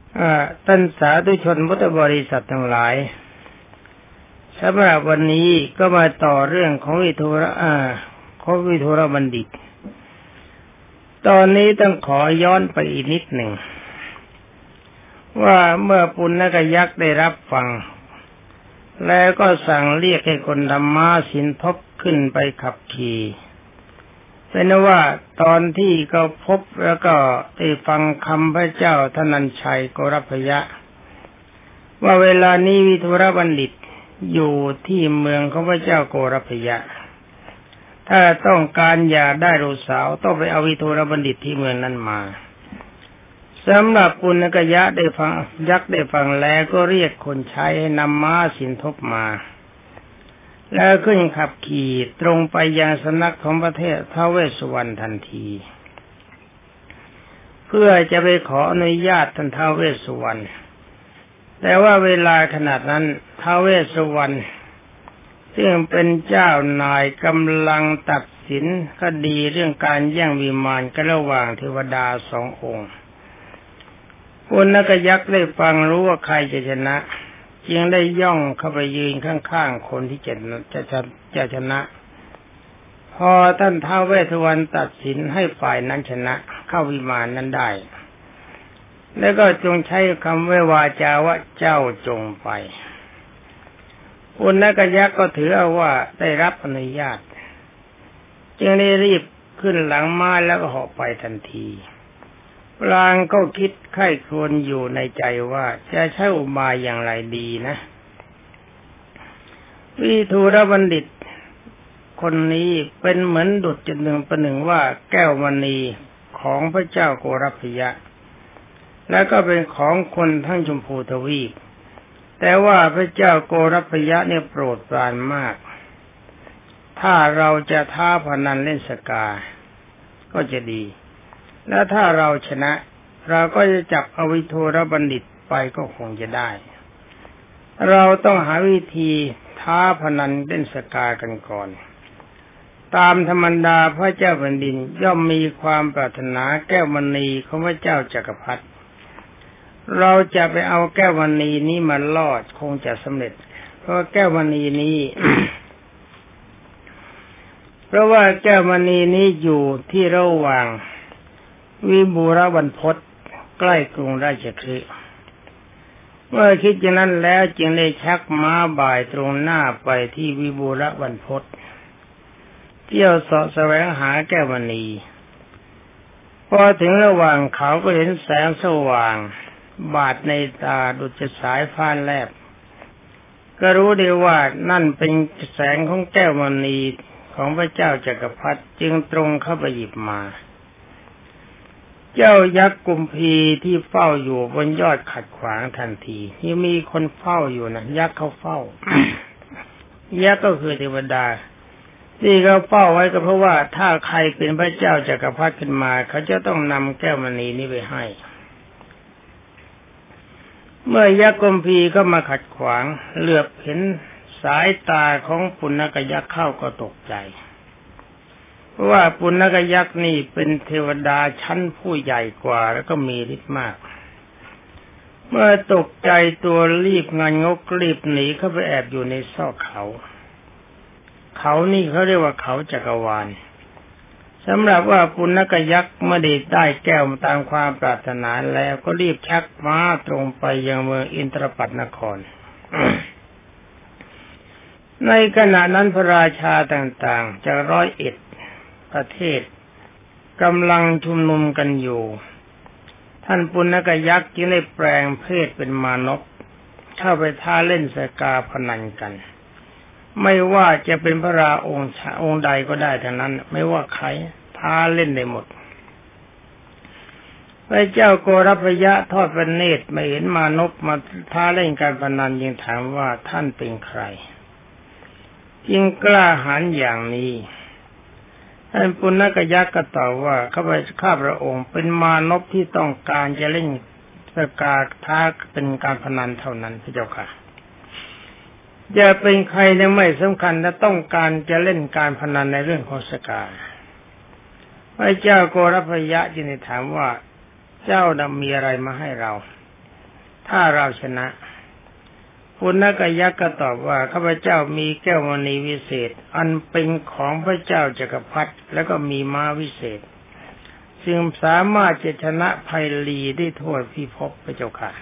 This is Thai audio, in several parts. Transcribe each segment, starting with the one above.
ท่านสาธุชนพุทธบริษัททั้งหลายสำหรับวันนี้ก็มาต่อเรื่องของวิทูรบัณฑิตตอนนี้ต้องขอย้อนไปอีกนิดหนึ่งว่าเมื่อปุณณกยักษ์ได้รับฟังแล้วก็สั่งเรียกให้คนธรรมะสินทบขึ้นไปขับขี่เป็นว่าตอนที่เขาพบแล้วก็ได้ฟังคำพระเจ้าธนัญชัยโกรพยะว่าเวลานี้วิทูรบัณฑิตอยู่ที่เมืองของพระเจ้าโกรพยะถ้าต้องการอยากได้ลูกสาวต้องไปเอาวิทูรบัณฑิตที่เมืองนั้นมาสำหรับปุณณกยักษ์ได้ฟังแล้วก็เรียกคนใช้ให้นำม้าสินทบมาแล้วขึ้นขับขี่ตรงไปยังสำนักของพระเทพท้าวเวสสุวรรณทันทีเพื่อจะไปขออนุญาตท่านท้าวเวสสุวรรณแต่ว่าเวลาขนาดนั้นท้าวเวสสุวรรณซึ่งเป็นเจ้านายกำลังตัดสินคดีเรื่องการแย่งวิมานกันระหว่างเทวดาสององค์ปุณณกยักษ์ได้ฟังรู้ว่าใครจะชนะจึงได้ย่องเข้าไปยืนข้างๆคนที่จะชนะพอท่านท้าวเวสสุวรรณตัดสินให้ฝ่ายนั้นชนะเข้าวิมานนั้นได้แล้วก็จงใช้คำวาจาว่าเจ้าจงไปปุณณกยักษ์ก็ถือเอาว่าได้รับอนุญาตจึงได้รีบขึ้นหลังม้าแล้วก็เหาะไปทันทีพลางก็คิดไข้ครวญอยู่ในใจว่าจะใช้อุบายอย่างไรดีนะวิทูรบัณฑิตคนนี้เป็นเหมือนดุจจะหนึ่งประหนึ่งว่าแก้วมณีของพระเจ้าโกรพยะและก็เป็นของคนทั้งชมพูทวีปแต่ว่าพระเจ้าโกรพยะเนี่ยโปรดปรานมากถ้าเราจะท้าพนันเล่นสกาก็จะดีและถ้าเราชนะเราก็จะจับอวิทูรบัณฑิตไปก็คงจะได้เราต้องหาวิธีท้าพนันเล่นสกากันก่อนตามธรรมดาพระเจ้าแผ่นดินย่อมมีความปรารถนาแก้วมณีของพระเจ้าจักรพรรดิเราจะไปเอาแก้วมณีนี้มาลอดคงจะสำเร็จเพราะแก้วมณีนี้ เพราะว่าแก้วมณีนี้อยู่ที่ระหว่างวิบูรบรรพตใกล้กรุงราชคฤห์เมื่อคิดอย่างนั้นแล้วจึงได้ชักม้าบ่ายตรงหน้าไปที่วิบูรบรรพตเที่ยวเสาะแสวงหาแก้วมณีพอถึงระหว่างเขาก็เห็นแสงสว่างบาดในตาดุจสายฟ้าแลบก็รู้ได้ว่านั่นเป็นแสงของแก้วมณีของพระเจ้าจักรพรรดิจึงตรงเข้าไปหยิบมาเจ้ายักษ์กุมพีที่เฝ้าอยู่บนยอดขัดขวางทันทีที่มีคนเฝ้าอยู่นะยักษ์เขาเฝ้า ยักษ์ก็คือเทวดาที่เขาเฝ้าไว้ก็เพราะว่าถ้าใครเป็นพระเจ้าจักรพรรดิขึ้นมาเขาจะต้องนำแก้วมณีนี้ไปให้เมื่อยักษ์กุมพีเข้ามาขัดขวางเหลือบเห็นสายตาของปุณณกยักษ์เข้าก็ตกใจเพราะว่าปุณณกยักษ์นี่เป็นเทวดาชั้นผู้ใหญ่กว่าแล้วก็มีฤทธิ์มากเมื่อตกใจตัวรีบงันงกรีบหนีเข้าไปแอบอยู่ในซอกเขานี่เขาเรียกว่าเขาจักรวาลสำหรับว่าปุณณกยักษ์เมื่อได้แก้วตามความปรารถนาแล้วก็รีบชักม้าตรงไปยังเมืองอินทรปัตนคร ในขณะนั้นพระราชาต่างๆจาก101ประเทศกำลังชุมนุมกันอยู่ท่านปุณณกยักษ์จึงได้แปลงเพศเป็นมานพเข้าไปท้าเล่นสกาพนันกันไม่ว่าจะเป็นพระราองค์ใดก็ได้ทั้งนั้นไม่ว่าใครท้าเล่นได้หมดพระเจ้าโกรพยะทอดพระเนตรไม่เห็นมานพมาท้าเล่นการพนันยังถามว่าท่านเป็นใครจึงกล้าหาญอย่างนี้ท่านปุณณกยักษ์ก็ตอบว่าข้าพระองค์เป็นมานพที่ต้องการจะเล่นสกาท้าเป็นการพนันเท่านั้นพระเจ้าค่ะจะเป็นใครเนี่ยไม่สำคัญแต่ต้องการจะเล่นการพนันในเรื่องของสกาพระเจ้าโกรพยะจึงได้ถามว่าเจ้ามีอะไรมาให้เราถ้าเราชนะปุณณกยักษ์ก็ตอบว่าข้าพเจ้ามีแก้วมณีวิเศษอันเป็นของพระเจ้าจักรพรรดิแล้วก็มีม้าวิเศษซึ่งสามารถจะชนะภัยลีได้ทั่วพิภพพระเจ้าค่ะ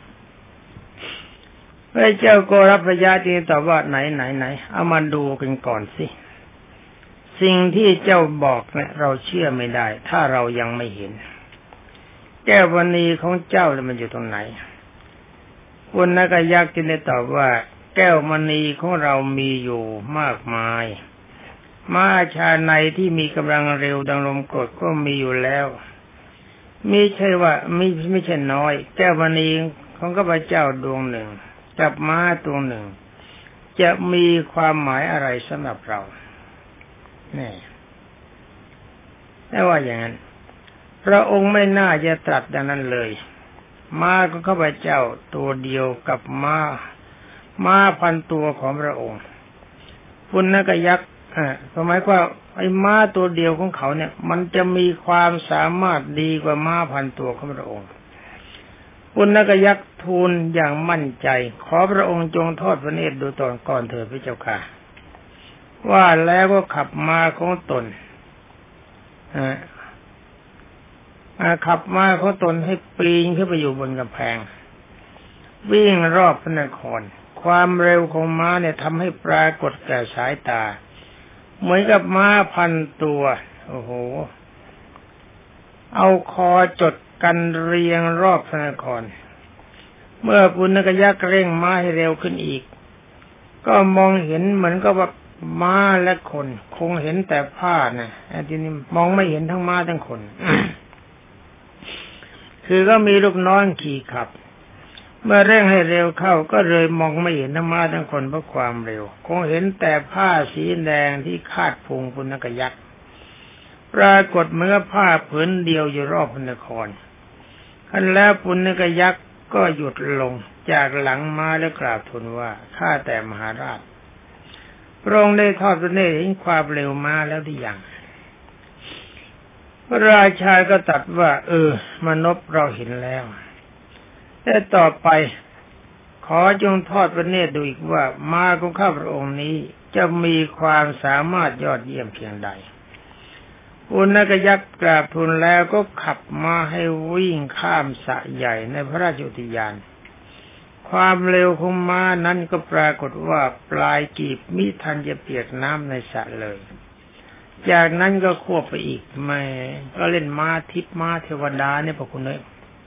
พระเจ้าโกรพยาจึงตอบว่าไหนเอามาดูกันก่อนสิสิ่งที่เจ้าบอกเนี่ยเราเชื่อไม่ได้ถ้าเรายังไม่เห็นแก้วมณีของเจ้ามันอยู่ตรงไหนปุณณกยักษ์จึงได้ตอบว่าแก้วมณีของเรามีอยู่มากมายม้าชาในที่มีกำลังเร็วดังลมกดก็มีอยู่แล้วไม่ใช่ว่าไม่ใช่น้อยแก้วมณีของข้าพเจ้าดวงหนึ่งกับม้าตัวหนึ่งจะมีความหมายอะไรสำหรับเรานี่แต่ว่าอย่างนั้นพระองค์ไม่น่าจะตรัสดังนั้นเลยม้าของข้าพเจ้าตัวเดียวกับม้าพันตัวของพระองค์ปุณณกยักษ์หมายว่าไอ้ม้าตัวเดียวของเขาเนี่ยมันจะมีความสามารถดีกว่าม้าพันตัวของพระองค์ปุณณกยักษ์ทูลอย่างมั่นใจขอพระองค์จงทอดพระเนตรดูตอนก่อนเถิดพระเจ้าค่ะว่าแล้วก็ขับม้าของตนขับม้าของตนให้ปีนขึ้นไปอยู่บนกำแพงวิ่งรอบพระนครความเร็วของม้าเนี่ยทำให้ปรากฏแก่สายตาเหมือนกับม้าพันตัวโอ้โหเอาคอจดกันเรียงรอบพระนครเมื่อปุณณกยักษ์เร่งม้าให้เร็วขึ้นอีกก็มองเห็นเหมือนกับว่าม้าและคนคงเห็นแต่ผ้านะทีนี้มองไม่เห็นทั้งม้าทั้งคน คือก็มีลูกน้องขี่ขับเมื่อเร่งให้เร็วเข้าก็เลยมองไม่เห็นทั้งม้าทั้งคนเพราะความเร็วคงเห็นแต่ผ้าสีแดงที่คาดพุงปุณณกยักษ์ปรากฏเหมือนผ้าผืนเดียวอยู่รอบพระนครขั้นแล้วปุณณกยักษ์ก็หยุดลงจากหลังม้าและกราบทูลว่าข้าแต่มหาราชพระองค์ได้ทอดพระเนตรเห็นความเร็วม้าแล้วหรือยังพระราชาก็ตรัสว่ามนพเราเห็นแล้วแต่ต่อไปขอจงทอดพระเนตรดูอีกว่าม้าของข้าพระองค์นี้จะมีความสามารถยอดเยี่ยมเพียงใดปุณณกยักษ์กราบทูลแล้วก็ขับม้าให้วิ่งข้ามสระใหญ่ในพระราชอุทยานความเร็วของม้านั้นก็ปรากฏว่าปลายกีบมิทันจะเปียกน้ำในสระเลยจากนั้นก็ควบไปอีกไม่ก็เล่นม้าทิพย์ม้าเทวดาเนี่ยพวกคุณเอ้ย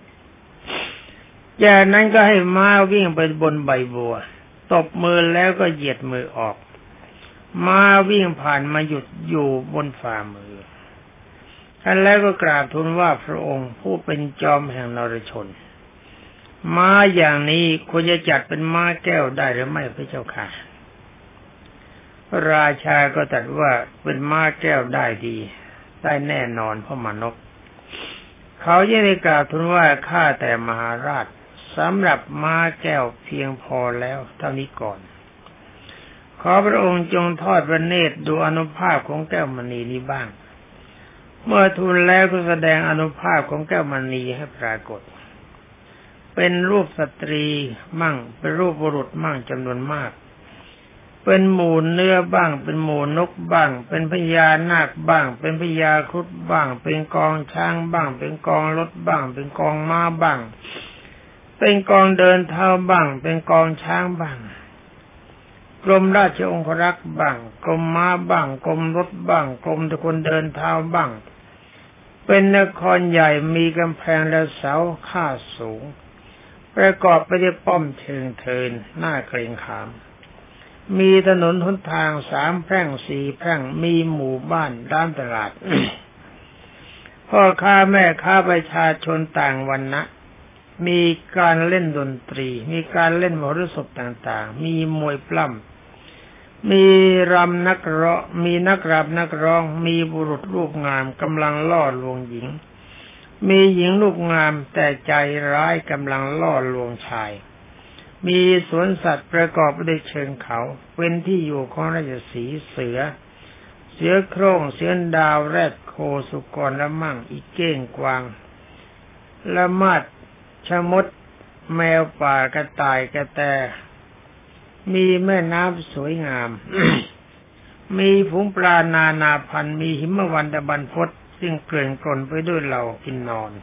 จากนั้นก็ให้ม้าวิ่งไปบนใบบัวตบมือแล้วก็เหยียดมือออกม้าวิ่งผ่านมาหยุดอยู่บนฝ่ามือแล้วก็กราบทูลว่าพระองค์ผู้เป็นจอมแห่งนรชนม้าอย่างนี้ควรจะจัดเป็นม้าแก้วได้หรือไม่พระเจ้าค่ะพระราชาก็ตรัสว่าเป็นม้าแก้วได้ดีได้แน่นอนเพราะมานพเขายังได้กล่าวทูลว่าข้าแต่มหาราชสำหรับม้าแก้วเพียงพอแล้วเท่านี้ก่อนขอพระองค์จงทอดพระเนตรดูอานุภาพของแก้วมณีนี้บ้างเมื่อทูลแล้วก็แสดงอานุภาพของแก้วมณีให้ปรากฏเป็นรูปสตรีมั่งเป็นรูปบุรุษมั่งจำนวนมากเป็นหมู่เนื้อบ้างเป็นหมู่นกบ้างเป็นพญานาคบ้างเป็นพญาครุฑบ้างเป็นกองช้างบ้างเป็นกองรถบ้างเป็นกองม้าบ้างเป็นกองเดินเท้าบ้างเป็นกองช้างบ้างกรมราชองครักษ์บ้างกรมม้าบ้างกรมรถบ้างกรมตะคนเดินเท้าบ้างเป็นนครใหญ่มีกำแพงและเสาค่าสูงประกอบไปด้วยป้อมเชิงเทินหน้าเกรงขามมีถนนหนทาง3 แพร่ง 4 แพร่งมีหมู่บ้านร้านตลาด พ่อค้าแม่ค้าประชาชนต่างวรรณะมีการเล่นดนตรีมีการเล่นมหรสพต่างๆมีมวยปล้ำมีรำนักร้องมีนักรำนักร้องมีบุรุษรูปงามกำลังล่อลวงหญิงมีหญิงรูปงามแต่ใจร้ายกำลังล่อลวงชายมีสวนสัตว์ประกอบด้วยเชิงเขาเป็นที่อยู่ของราชสีห์เสือโคร่งเสือดาวแรดโคสุกรละมั่งอีเก้งกวางละมาดชะมดแมวป่ากระต่ายกระแตมีแม่น้ำสวยงาม มีฝูงปลานานาพันธุ์มีหิมวันตะบันพศซึ่งเกลื่อนกล่นไปด้วยเหล่ากินนอน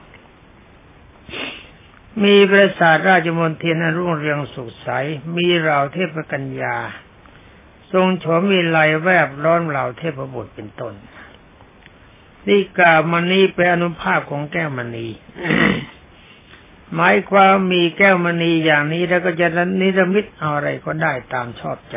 มีปราสาทราชมณฑลอันรุ่งเรืองสุขใสมีเหล่าเทพกัญญาทรงโฉมวิไลแวบล้อมเหล่าเทพบุตรเป็นต้นนี่กล่าวมานี้เป็นอนุภาพของแก้วมณี หมายความมีแก้วมณีอย่างนี้แล้วก็จะนิรมิตอะไรก็ได้ตามชอบใจ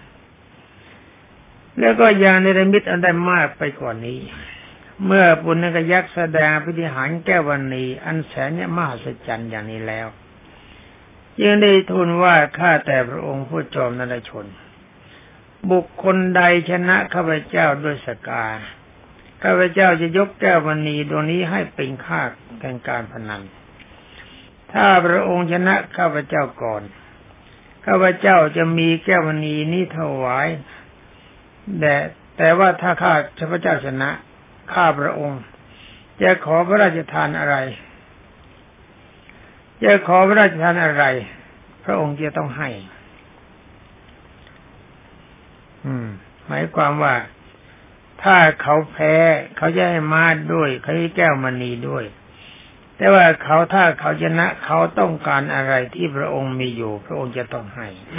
แล้วก็ยังนิรมิตอันได้มากไปกว่านี้เมื่อปุณณยักษ์แสดงปฏิหารแก้วมณีอันแสนมหัศจรรย์อย่างนี้แล้วยังได้ทูลว่าข้าแต่พระองค์ผู้จอมนรชนบุคคลใดชนะข้าพเจ้าด้วยสกาข้าพเจ้าจะยกแก้วมณีดวงนี้ให้เป็นค่าแข่งการพนันถ้าพระองค์ชนะข้าพเจ้าก่อนข้าพเจ้าจะมีแก้วมณีนี้ถวายแต่ว่าถ้าข้าพระเจ้าชนะข้าพระองค์จะขอพระราชทานอะไรจะขอพระราชทานอะไรพระองค์จะต้องให้หมายความว่าถ้าเขาแพ้เขาจะให้ม้าด้วยเขาให้แก้วมณีด้วยแต่ว่าถ้าเขาชนะเขาต้องการอะไรที่พระองค์มีอยู่พระองค์จะต้องให้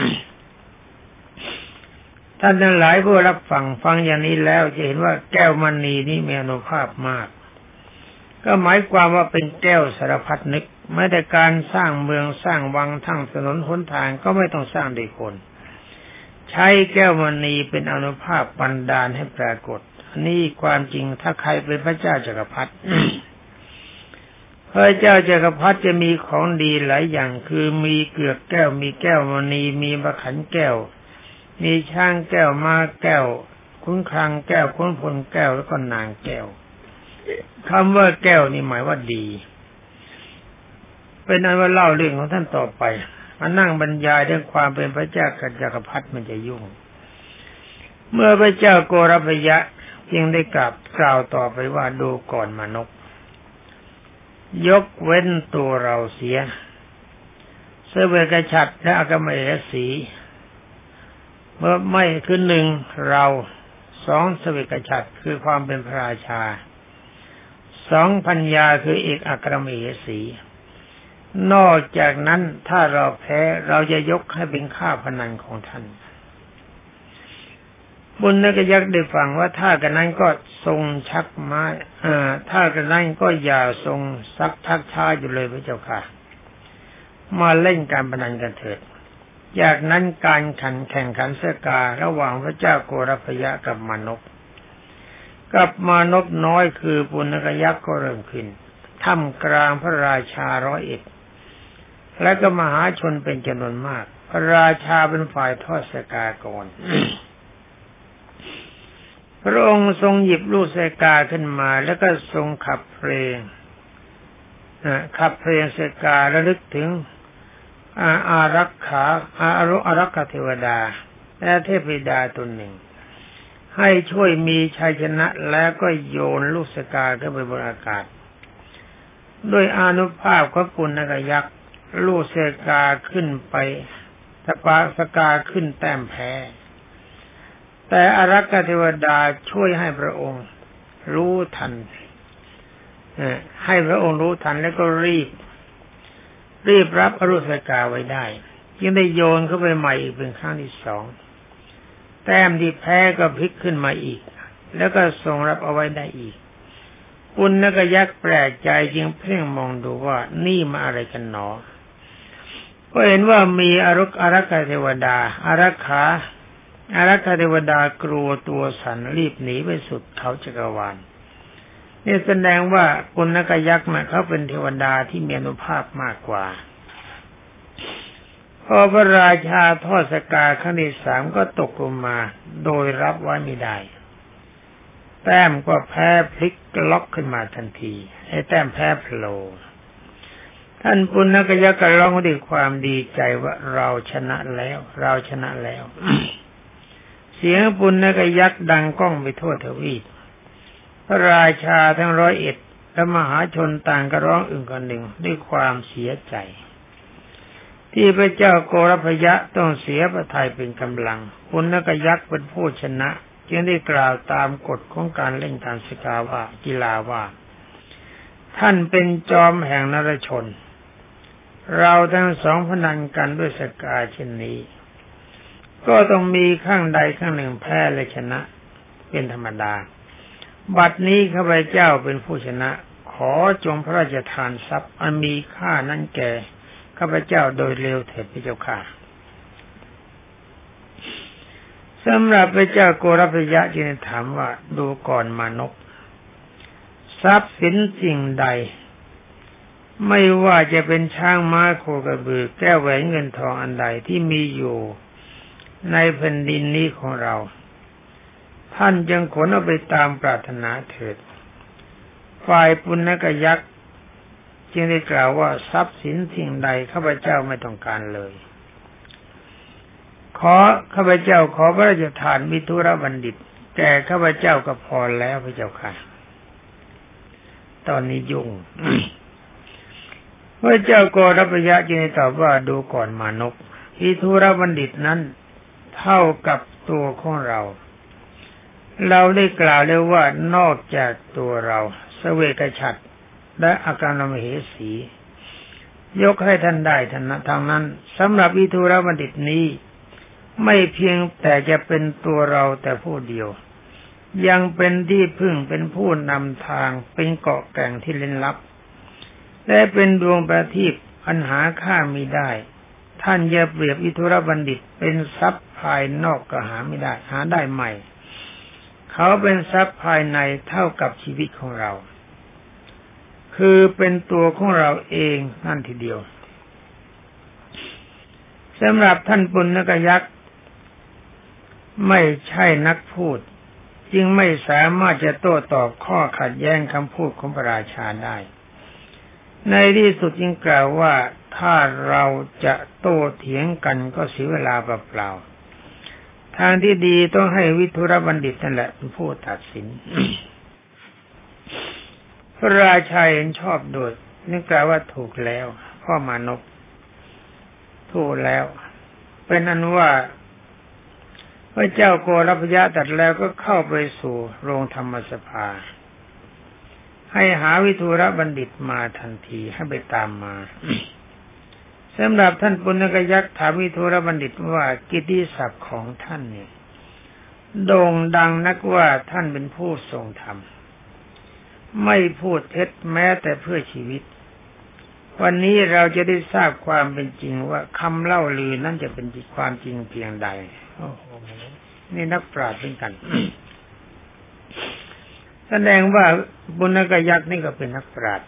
ท่านทั้งหลายผู้รับฟังอย่างนี้แล้วจะเห็นว่าแก้วมณีนี้มีอานุภาพมากก็หมายความว่าเป็นแก้วสารพัดนึกแม้แต่การสร้างเมืองสร้างวังทั้งถนนหนทางก็ไม่ต้องสร้างด้วยคนใช้แก้วมณีเป็นอานุภาพบันดาลให้ปรากฏนี่ความจริงถ้าใครเป็นพระเจ้าจักรพรรดิ พระเจ้าจักรพรรดิจะมีของดีหลายอย่างคือมีเกลือกแก้วมีแก้วมณีมีมะขันแก้วมีช้างแก้วม้าแก้วคุ้นคลังแก้วคุ้นพลแก้วแล้วก็นางแก้วคำว่าแก้วนี่หมายว่าดีเป็นอันว่าเล่าเรื่องของท่านต่อไปมานั่งบรรยายเรื่องความเป็นพระเจ้าจักรพรรดิมันจะยุ่งเมื่อพระเจ้าโกรพยะจึงได้กล่าวต่อไปว่าดูก่อนมนุษย์ยกเว้นตัวเราเสียเสวยกษัตริย์และอัครมเหสีเมื่อไม่คือหนึ่งเราสองเสวยกษัตริย์คือความเป็นพระราชาสองพัญญาคือเอกอัครมเหสีนอกจากนั้นถ้าเราแพ้เราจะยกให้เป็นค่าพนันของท่านบุญนักยักษ์ได้ฟังว่าถ้ากันนั้นก็ทรงชักไม้ถ้ากันนั้นก็อย่าทรงซักชักช้าอยู่เลยพระเจ้าค่ะมาเล่นการพนันกันเถิดจากนั้นการแข่งขันเสการะหว่างพระเจ้าโกรพยะกับมานพน้อยคือปุณณยักษ์ก็เริ่มขึ้นท่ามกลางพระราชา101และก็มหาชนเป็นจำนวนมากพระราชาเป็นฝ่ายทอดเสกาก่อน พระองค์ทรงหยิบลูกเสกาขึ้นมาแล้วก็ทรงขับเพลงเสการะลึกถึงอารักขาเทวดาและเทพธิดาตนหนึ่งให้ช่วยมีชัยชนะแล้วก็โยนลูกเสกาขึ้นไปบนอากาศด้วยอานุภาพของปุณณยักษ์ลูกเสกาขึ้นไปสกาขึ้นแต้มแพ้แต่อารักขาเทวดาช่วยให้พระองค์รู้ทันแล้วก็รีบรับอรุณเสกาไว้ได้ยังได้โยนเข้าไปใหม่อีกเป็นครั้งที่สองแต้มที่แพ้ก็พลิกขึ้นมาอีกแล้วก็ทรงรับเอาไว้ได้อีกปุณณยักษ์แปลกใจจึงเพ่งมองดูว่านี่มาอะไรกันหนอก็เห็นว่ามีอารักขาเทวดาอารักขาเทวดากลัวตัวสั่นรีบหนีไปสุดเขาจักรวาลนี่แสดงว่าปุณณยักษ์เขาเป็นเทวดาที่มีอานุภาพมากกว่าพอพระราชาทอดสกาครั้งที่สามก็ตกลงมาโดยรับไว้ไม่ได้แต้มก็แพ้พลิกล็อกขึ้นมาทันทีให้แต้มแพ้โผล่ท่านปุณณยักษ์ก็ร้องด้วยความดีใจว่าเราชนะแล้วเสียงปุณณยักษ์ดังก้องไปทั่วทวีปพระราชาทั้ง101และมหาชนต่างก็ร้องอึ่งกันหนึ่งด้วยความเสียใจที่พระเจ้าโกรพยะต้องเสียพระทัยเป็นกำลังปุณกยักษ์เป็นผู้ชนะจึงได้กล่าวตามกฎของการเล่นการศึกษาว่ากีฬาว่าท่านเป็นจอมแห่งนรชนเราทั้งสองพนันกันด้วยสกาเช่นนี้ก็ต้องมีข้างใดข้างหนึ่งแพ้และชนะเป็นธรรมดาบัดนี้ข้าพเจ้าเป็นผู้ชนะขอจงพระราชทานทรัพย์อันมีค่านั้นแก่ข้าพเจ้าโดยเร็วเถิดพระเจ้าค่ะสำหรับพระเจ้าโกรพยะจึงถามว่าดูก่อนมานพทรัพย์สินสิ่งใดไม่ว่าจะเป็นช้างม้าโคกระบือแก้วแหวนเงินทองอันใดที่มีอยู่ในแผ่นดินนี้ของเราท่านจึงขนเอาไปตามปรารถนาเถิดฝ่ายปุณกยักษ์จึงได้กล่าวว่าทรัพย์สินสิ่งใดข้าพเจ้าไม่ต้องการเลยข้าพเจ้าขอพระราชทานวิทุรบัณฑิตแก่ข้าพเจ้าก็พอแล้วพระเจ้าค่ะตอนนี้ยุ่ง พระเจ้าโกรพยะจึงได้ตอบว่าดูก่อนมานพวิทุรบัณฑิตนั้นเท่ากับตัวของเราได้กล่าวแล้วว่านอกจากตัวเราเสวกฉัตรและอาการมเหสียกให้ท่านได้ทางนั้นสำหรับวิทุรบัณฑิตนี้ไม่เพียงแต่จะเป็นตัวเราแต่ผู้เดียวยังเป็นที่พึ่งเป็นผู้นำทางเป็นเกาะแก่งที่ลึกลับและเป็นดวงประทีปอันหาค่ามิได้ท่านอย่าเปรียบวิทุรบัณฑิตเป็นทรัพย์ภายนอกก็หาไม่ได้หาได้ใหม่เขาเป็นทรัพย์ภายในเท่ากับชีวิตของเราคือเป็นตัวของเราเองนั่นทีเดียวสำหรับท่านปุณกยักษ์ไม่ใช่นักพูดจึงไม่สามารถจะโต้ตอบข้อขัดแย้งคำพูดของพระราชาได้ในที่สุดจึงกล่าวว่าถ้าเราจะโต้เถียงกันก็เสียเวลาเปล่าๆทางที่ดีต้องให้วิทุรบัณฑิตนั่นแหละเป็นผู้ตัดสิน พระราชาเห็นชอบโดยนึกกล่าวว่าถูกแล้วพ่อมานพถูกแล้วเป็นอันว่าพระเจ้าโกรพยะตรัสแล้วก็เข้าไปสู่โรงธรรมสภาให้หาวิทุรบัณฑิตมาทันทีให้ไปตามมา สำหรับท่านปุณกยักษ์ถามวิทุรบัณฑิตว่ากิตติศัพท์ของท่านเนี่ยโด่งดังนักว่าท่านเป็นผู้ทรงธรรมไม่พูดเท็จแม้แต่เพื่อชีวิตวันนี้เราจะได้ทราบความเป็นจริงว่าคำเล่าลือนั้นจะเป็นความจริงเพียงใดโอ้โหนี่นักปราชญ์เป็นกัน แสดงว่าปุณกยักษ์นี่ก็เป็นนักปราชญ์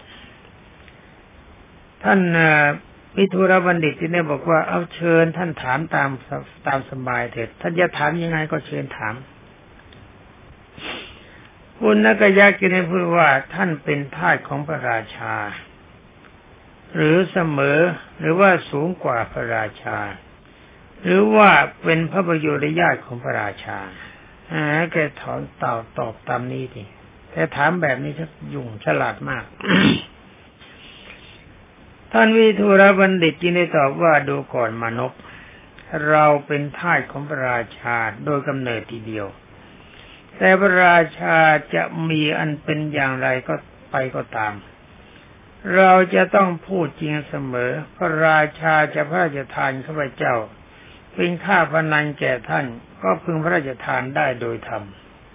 ท่านวิทุรบัณฑิตที่ได้บอกว่าเอาเชิญท่านถามตามสบายเถิดท่านจะถามยังไงก็เชิญถามปุณกยักษ์จึงได้พูดว่าท่านเป็นทาสของพระราชาหรือเสมอหรือว่าสูงกว่าพระราชาหรือว่าเป็นพระประโยชน์ญาติของพระราชาแกถอนตอบตามนี้ดิแต่ถามแบบนี้ชักยุ่งฉลาดมาก ท่านวิทุรบัณฑิตจึงได้ตอบว่าดูก่อนมานพเราเป็นทาสของพระราชาโดยกำเนิดทีเดียวแต่พระราชาจะมีอันเป็นอย่างไรก็ไปก็ตามเราจะต้องพูดจริงเสมอพระราชาจะพระราชทานข้าพเจ้าเป็นค่าพนันแก่ท่านก็พึงพระราชทานได้โดยธรรม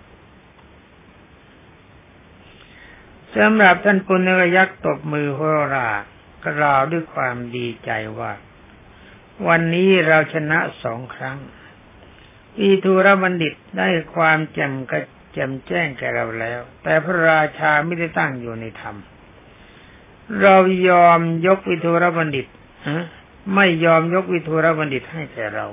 สำหรับท่านปุณกยักษ์ตบมือโหรากล่าวด้วยความดีใจว่าวันนี้เราชนะ2 ครั้งวิทุรบัณฑิตได้ความแจ่มแจ้งแก่เราแล้วแต่พระราชาไม่ได้ตั้งอยู่ในธรรมเรายอมยกวิทุรบัณฑิตไม่ยอมยกวิทุรบัณฑิตให้แก่เรา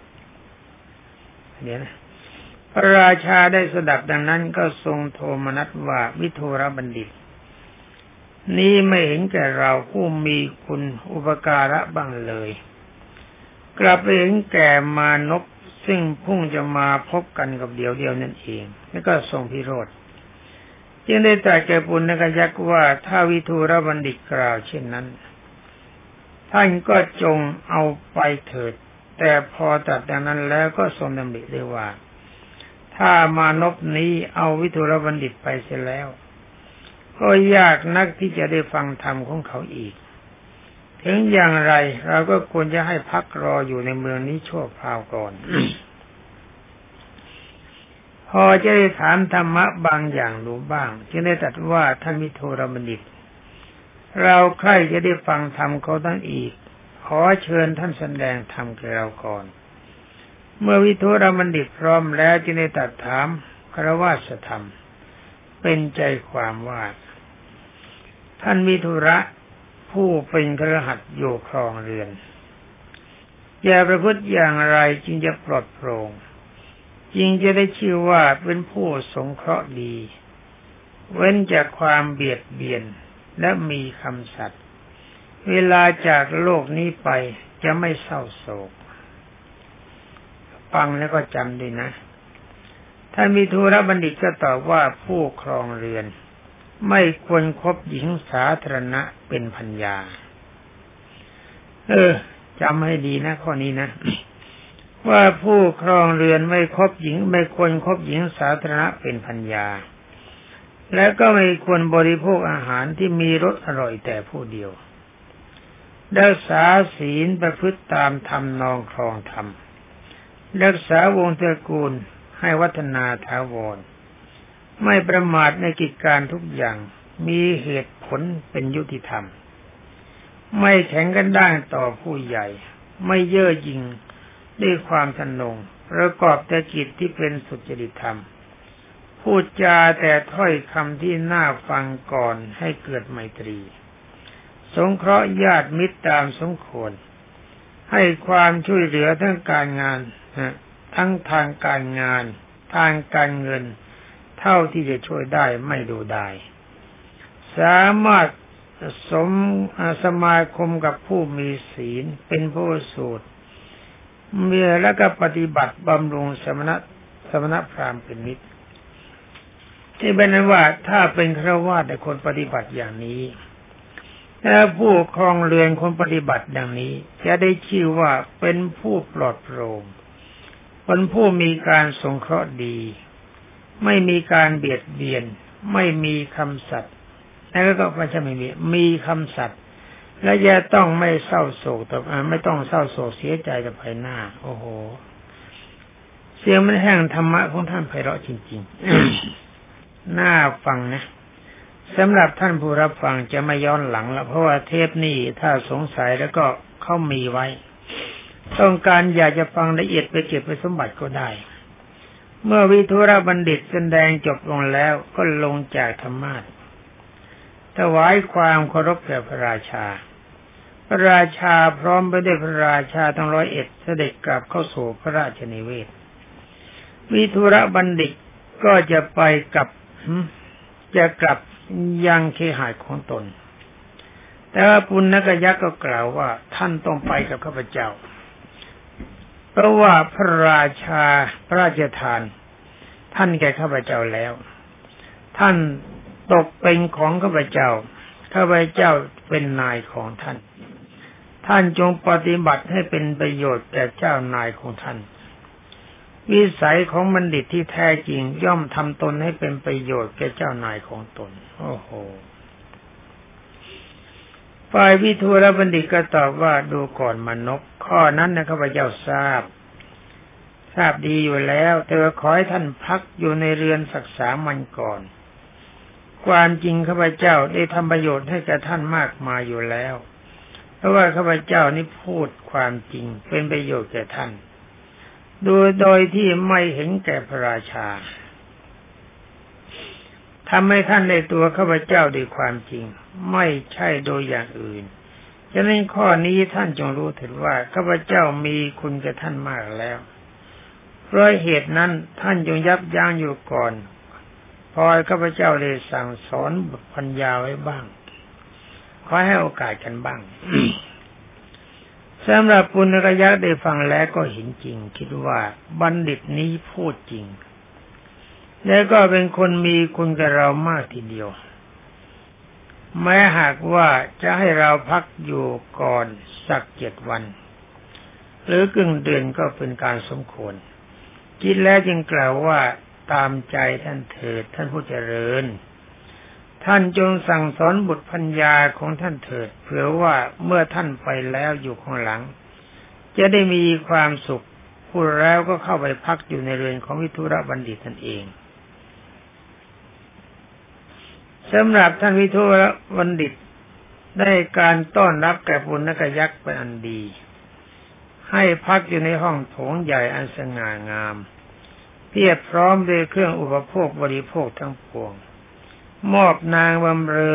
เดี๋ยวนะพระราชาได้สดับดังนั้นก็ทรงโทมนัสว่าวิทุรบัณฑิตนี้ไม่เห็นแก่เราผู้มีคุณอุปการะบ้างเลยกลับไปเห็นแก่มานพซึ่งพุ่งจะมาพบกันกับเดียวนั่นเองแล้วก็ทรงพิโรธจึงได้ตรัสแก่ปุณกยักษ์ว่าถ้าวิทุรบัณฑิตกล่าวเช่นนั้นท่านก็จงเอาไปเถิดแต่พอตัดดังนั้นแล้วก็ทรงดำริได้ว่าถ้ามานพนี้เอาวิทุรบัณฑิตไปเสียแล้วก็ยากนักที่จะได้ฟังธรรมของเขาอีกถึงอย่างไรเราก็ควรจะให้พักรออยู่ในเมืองนี้ชั่วคราวก่อน พอจะได้ถามธรรมะบางอย่างดูบ้างจึงได้ตรัสว่าท่านวิทุรบัณฑิตเราใคร่จะได้ฟังธรรมเขาทั้งอีกขอเชิญท่านแสดงธรรมแก่เราก่อนเมื่อวิทุรบัณฑิตพร้อมแล้วจึงได้ตรัสถามคฤหัสถธรรมเป็นใจความว่าท่านวิทุระผู้เป็นคฤหัสถ์อยู่ครองเรือนอย่าประพฤติอย่างไรจึงจะปลอดโปร่งจึงจะได้ชื่อว่าเป็นผู้สงเคราะห์ดีเว้นจากความเบียดเบียนและมีคำสัตย์เวลาจากโลกนี้ไปจะไม่เศร้าโศกฟังแล้วก็จำด้วยนะท่านวิทุรบัณฑิตก็ตอบว่าผู้ครองเรือนไม่ควรคบหญิงสาธารณะเป็นภรรยาจำให้ดีนะข้อนี้นะ ว่าผู้ครองเรือนไม่ควรคบหญิงสาธารณะเป็นภรรยาและก็ไม่ควรบริโภคอาหารที่มีรสอร่อยแต่ผู้เดียวรักษาศีลประพฤติตามธรรมนองครองธรรมรักษาวงศ์ตระกูลให้วัฒนาถาวรไม่ประมาทในกิจการทุกอย่างมีเหตุผลเป็นยุติธรรมไม่แข็งกระด้างต่อผู้ใหญ่ไม่เย่อหยิ่งด้วยความทะนงประกอบแต่กิจที่เป็นสุจริตธรรมพูดจาแต่ถ้อยคำที่น่าฟังก่อนให้เกิดไมตรีสงเคราะห์ญาติมิตรตามสมควรให้ความช่วยเหลือทั้งการงานทั้งทางการงานทางการเงินเท่าที่จะช่วยได้ไม่ดูดายสามารถสมาคมกับผู้มีศีลเป็นผู้สูตรมีแล้วก็ปฏิบัติบำรุงสมณพราหมณ์เป็นมิตรที่เป็นนั้นว่าถ้าเป็นฆราวาสแต่คนปฏิบัติอย่างนี้ถ้าผู้ครองเรือนคนปฏิบัติดังนี้จะได้ชื่อว่าเป็นผู้ปลอดโปร่งเป็นผู้มีการสงเคราะห์ดีไม่มีการเบียดเบียนไม่มีคำสัตย์แล้วก็ไม่ใช่ไม่มีคำสัตย์และจะต้องไม่เศร้าโศกต่อไม่ต้องเศร้าโศกเสียใจต่อภายหน้าโอ้โหเสียงมันแห่งธรรมะของท่านไพเราะจริงๆน่าฟังนะสำหรับท่านผู้รับฟังจะไม่ย้อนหลังแล้วเพราะว่าเทปนี้ถ้าสงสัยแล้วก็เขามีไว้ต้องการอยากจะฟังละเอียดไปเก็บไปสมบัติก็ได้เมื่อวิทุรบัณฑิตแสดงจบลงแล้วก็ลงจากธรรมาสน์ถวายความเคารพแด่พระราชาพระราชาพร้อมไปด้วยพระราชาทั้ง101เสด็จกลับเข้าสู่พระราชนิเวศวิทุรบัณฑิตก็จะไปกับจะกลับยังเคหะของตนแต่ว่าปุณณกยักษ์ก็กล่าวว่าท่านต้องไปกับข้าพเจ้าเพราะว่าพระราชาพระราชทานท่านแก่ข้าพเจ้าแล้วท่านตกเป็นของข้าพเจ้าข้าพเจ้าเป็นนายของท่านท่านจงปฏิบัติให้เป็นประโยชน์แก่เจ้านายของท่านวิสัยของบัณฑิตที่แท้จริงย่อมทำตนให้เป็นประโยชน์แก่เจ้านายของตนโอ้โหฝ่ายวิทุรบัณฑิตก็ตอบว่าดูก่อนมนพข้อนั้นนะข้าพเจ้าทราบดีอยู่แล้วแต่ขอให้ท่านพักอยู่ในเรือนสัก3 วันก่อนความจริงข้าพเจ้าได้ทำประโยชน์ให้แก่ท่านมากมายอยู่แล้วเพราะว่าข้าพเจ้านี่พูดความจริงเป็นประโยชน์แก่ท่านโดยที่ไม่เห็นแก่พระราชาทำให้ท่านได้ตัวข้าพเจ้าด้วยความจริงไม่ใช่โดยอย่างอื่นฉะนั้นข้อนี้ท่านจงรู้เถิดว่าข้าพเจ้ามีคุณแก่ท่านมากแล้วเพราะเหตุนั้นท่านจงยับยั้งอยู่ก่อนพอข้าพเจ้าได้สั่งสอนบุตรปัญญาไว้บ้างขอให้โอกาสกันบ้าง สำหรับปุณณกยักษ์ได้ฟังแล้วก็เห็นจริงคิดว่าบัณฑิตนี้พูดจริงแล้วก็เป็นคนมีคุณกับเรามากทีเดียวแม้หากว่าจะให้เราพักอยู่ก่อนสัก7 วันหรือกึ่งเดือนก็เป็นการสมควรคิดแล้วจึงกล่าวว่าตามใจท่านเถิดท่านผู้เจริญท่านจงสั่งสอนบุตรภรรยาของท่านเถิดเผื่อว่าเมื่อท่านไปแล้วอยู่ข้างหลังจะได้มีความสุขพูดแล้วก็เข้าไปพักอยู่ในเรือนของวิทุรบัณฑิตนั่นเองสำหรับท่านวิทุรบัณฑิตได้การต้อนรับแก่ปุณณกยักษ์เป็นอันดีให้พักอยู่ในห้องโถงใหญ่อันสง่างามเพียบพร้อมด้วยเครื่องอุปโภคบริโภคทั้งปวงมอบนางบำเรอ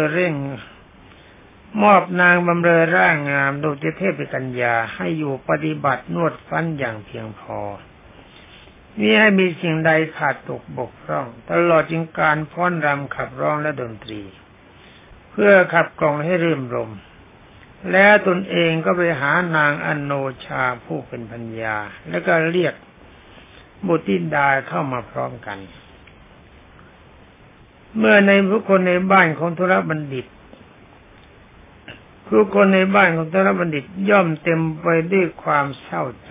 ร่างงามดุจเทพกัญญาให้อยู่ปฏิบัตินวดฟันอย่างเพียงพอมิให้มีสิ่งใดขาดตกบกพร่องตลอดจึงการฟ้อนรำขับร้องและดนตรีเพื่อขับกล่อมให้รื่นรมย์แล้วตนเองก็ไปหานางอโนชาผู้เป็นภรรยาแล้วก็เรียกบุตรธิดาเข้ามาพร้อมกันเมื่อในผู้คนในบ้านของธุรบัณฑิตผู้คนในบ้านของธุรบัณฑิตย่อมเต็มไปด้วยความเศร้าใจ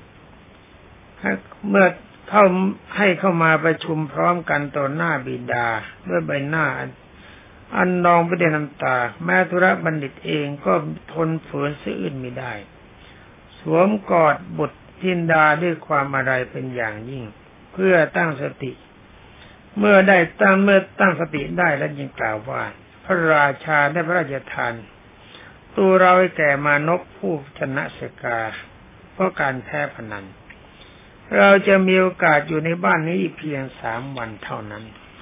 เมื่อเข้ามาประชุมพร้อมกันต่อหน้าบิดาด้วยใบหน้าอันนองไปด้วยน้ำตาแม้ธุรบัณฑิตเองก็ทนฝืนสะอื้นไม่ได้สวมกอดบุตรธิดาด้วยความอะไรเป็นอย่างยิ่งเพื่อตั้งสติเมื่อตั้งสติได้แล้วจึงกล่าวว่าพระราชาได้พระราชทานตัวเราให้แก่มานพผู้ชนะสกาเพราะการแพ้พนันเราจะมีโอกาสอยู่ในบ้านนี้เพียง3 วันเท่านั้น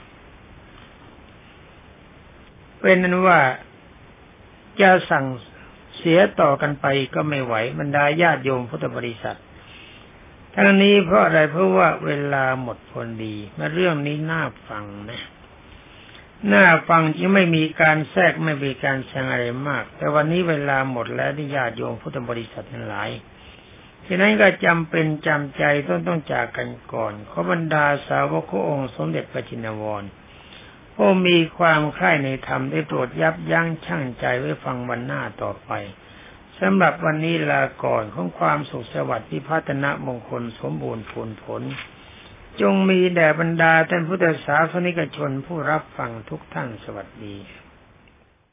เป็นนั้นว่าจะสั่งเสียต่อกันไปก็ไม่ไหวบรรดาญาติโยมพุทธบริษัททั้งนี้เพราะอะไรเพราะว่าเวลาหมดพอดีมาเรื่องนี้น่าฟังนะน่าฟังที่ไม่มีการแทรกไม่มีการแซงอะไรมากแต่วันนี้เวลาหมดแล้วที่ญาติโยมพุทธบริษัททั้งหลายฉะนั้นก็จำเป็นจำใจต้องจากกันก่อนขอบรรดาสาวกขององค์สมเด็จพระจินวรผู้มีความใคร่ในธรรมได้โปรดยับยั้งชั่งใจไว้ฟังวันหน้าต่อไปสำหรับวันนี้ลาก่อนของความสุขสวัสดิ์พิพัฒนมงคลสมบูรณ์ผลจงมีแด่บรรดาท่านพุทธศาสนิกชนผู้รับฟังทุกท่านสวัสดี